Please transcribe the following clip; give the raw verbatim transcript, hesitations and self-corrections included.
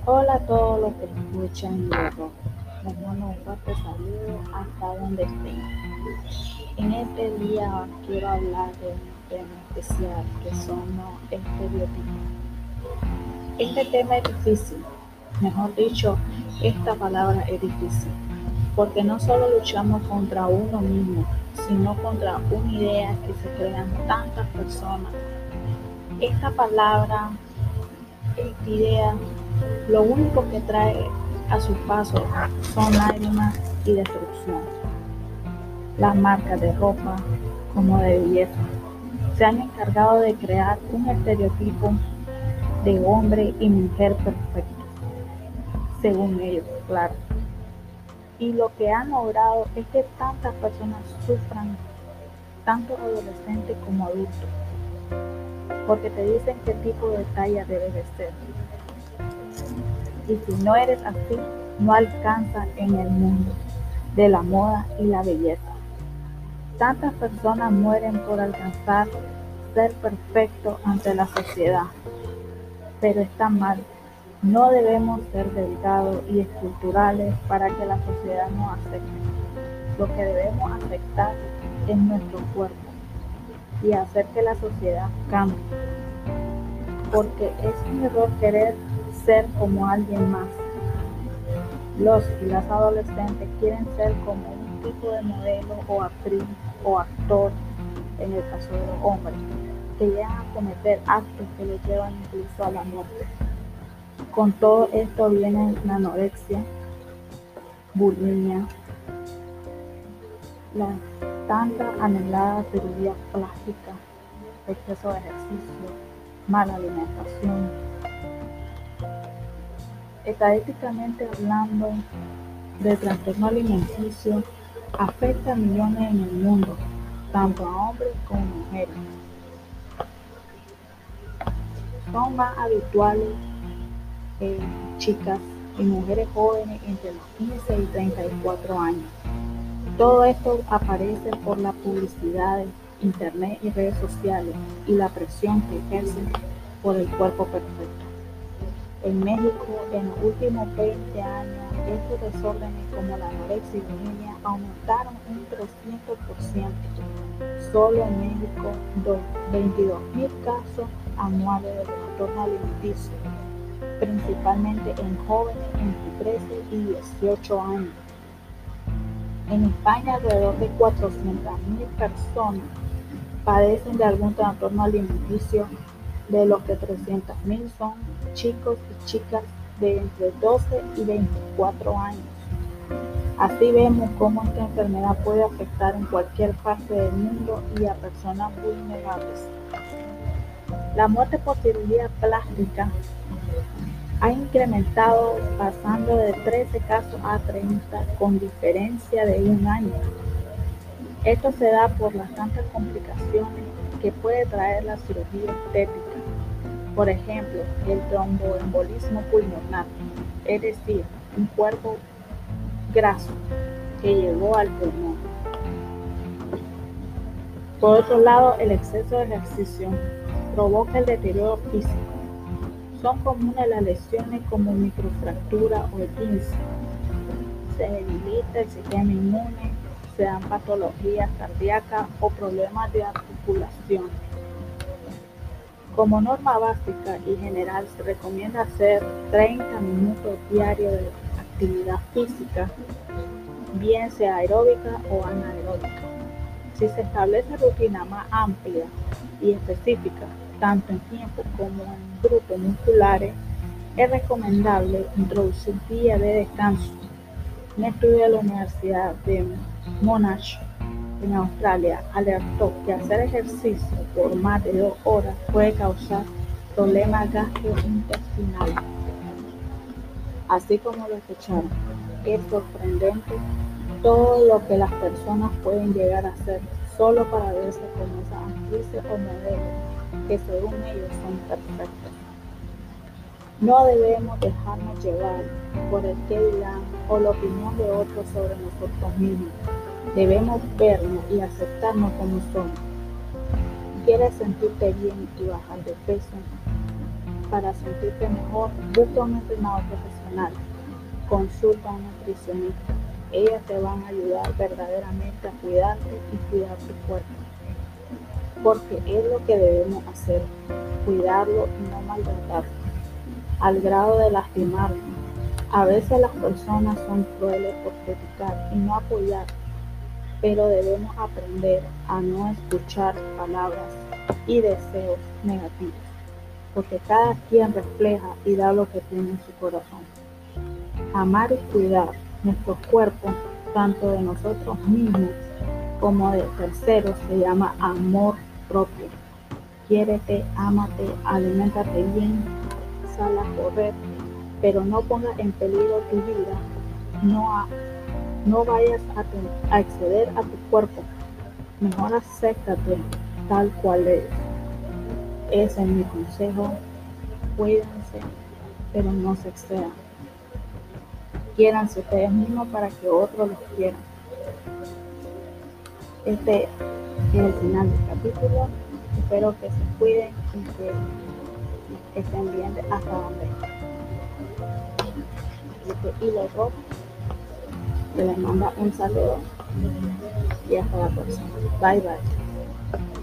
Hola a todos los que escuchan mi voz. Les mando un fuerte saludo hasta donde estén. En este día quiero hablar de un tema especial que son los estereotipos. Este tema es difícil, mejor dicho, esta palabra es difícil, porque no solo luchamos contra uno mismo, sino contra una idea que se crean tantas personas. Esta palabra, esta idea, lo único que trae a su paso son lágrimas y destrucción. Las marcas de ropa como de belleza se han encargado de crear un estereotipo de hombre y mujer perfecto, según ellos, claro. Y lo que han logrado es que tantas personas sufran, tanto adolescentes como adultos, porque te dicen qué tipo de talla debes de ser. Y si no eres así, no alcanzas en el mundo de la moda y la belleza. Tantas personas mueren por alcanzar ser perfecto ante la sociedad, pero está mal. No debemos ser delgados y esculturales para que la sociedad nos acepte. Lo que debemos aceptar es nuestro cuerpo y hacer que la sociedad cambie, porque es un error querer ser como alguien más. Los y las adolescentes quieren ser como un tipo de modelo o actriz o actor, en el caso de los hombres, que llegan a cometer actos que los llevan incluso a la muerte. Con todo esto viene la anorexia, bulimia, la tanta anhelada cirugía plástica, exceso de ejercicio, mala alimentación. Estadísticamente hablando, del trastorno alimenticio afecta a millones en el mundo, tanto a hombres como mujeres. Son más habituales en chicas y mujeres jóvenes entre los quince y treinta y cuatro años. Todo esto aparece por la publicidad de internet y redes sociales y la presión que ejercen por el cuerpo perfecto. En México, en los últimos veinte años, estos desórdenes como la anorexia y bulimia aumentaron un trescientos por ciento. Solo en México, veintidós mil casos anuales de trastorno alimenticio, principalmente en jóvenes entre trece y dieciocho años. En España, alrededor de cuatrocientas mil personas padecen de algún trastorno alimenticio, de los que trescientas mil son chicos y chicas de entre doce y veinticuatro años. Así vemos cómo esta enfermedad puede afectar en cualquier parte del mundo y a personas vulnerables. La muerte por cirugía plástica ha incrementado pasando de trece casos a treinta con diferencia de un año. Esto se da por las tantas complicaciones que puede traer la cirugía estética. Por ejemplo, el tromboembolismo pulmonar, es decir, un cuerpo graso que llegó al pulmón. Por otro lado, el exceso de ejercicio provoca el deterioro físico. Son comunes las lesiones como microfractura o esguince. Se debilita el sistema inmune, se dan patologías cardíacas o problemas de articulación. Como norma básica y general se recomienda hacer treinta minutos diarios de actividad física, bien sea aeróbica o anaeróbica. Si se establece rutina más amplia y específica, tanto en tiempo como en grupos musculares, es recomendable introducir días de descanso. Un estudio de la Universidad de Monash en Australia alertó que hacer ejercicio por más de dos horas puede causar problemas gastrointestinales. Así como lo escucharon, es sorprendente todo lo que las personas pueden llegar a hacer solo para verse como esas actrices o modelos que según ellos son perfectos. No debemos dejarnos llevar por el qué dirán o la opinión de otros sobre nosotros mismos. Debemos vernos y aceptarnos como somos. ¿Quieres sentirte bien y bajar de peso? Para sentirte mejor, busca un entrenador profesional, consulta a un nutricionista. Ellas te van a ayudar verdaderamente a cuidarte y cuidar tu cuerpo, porque es lo que debemos hacer, cuidarlo y no maltratarlo, al grado de lastimarlo. A veces las personas son crueles por criticar y no apoyar, pero debemos aprender a no escuchar palabras y deseos negativos, porque cada quien refleja y da lo que tiene en su corazón. Amar y cuidar nuestros cuerpos, tanto de nosotros mismos como de terceros, se llama amor propio. Quiérete, ámate, aliméntate bien, sal a correr, pero no pongas en peligro tu vida. No, a, no vayas a, te, a exceder a tu cuerpo. Mejor acéptate tal cual eres. Ese es mi consejo. Cuídense, pero no se excedan. Quiéranse ustedes mismos para que otros los quieran. Este es el final del capítulo. Espero que se cuiden y que estén bien hasta donde este hilo rojo que les manda un saludo y hasta la próxima. Bye bye.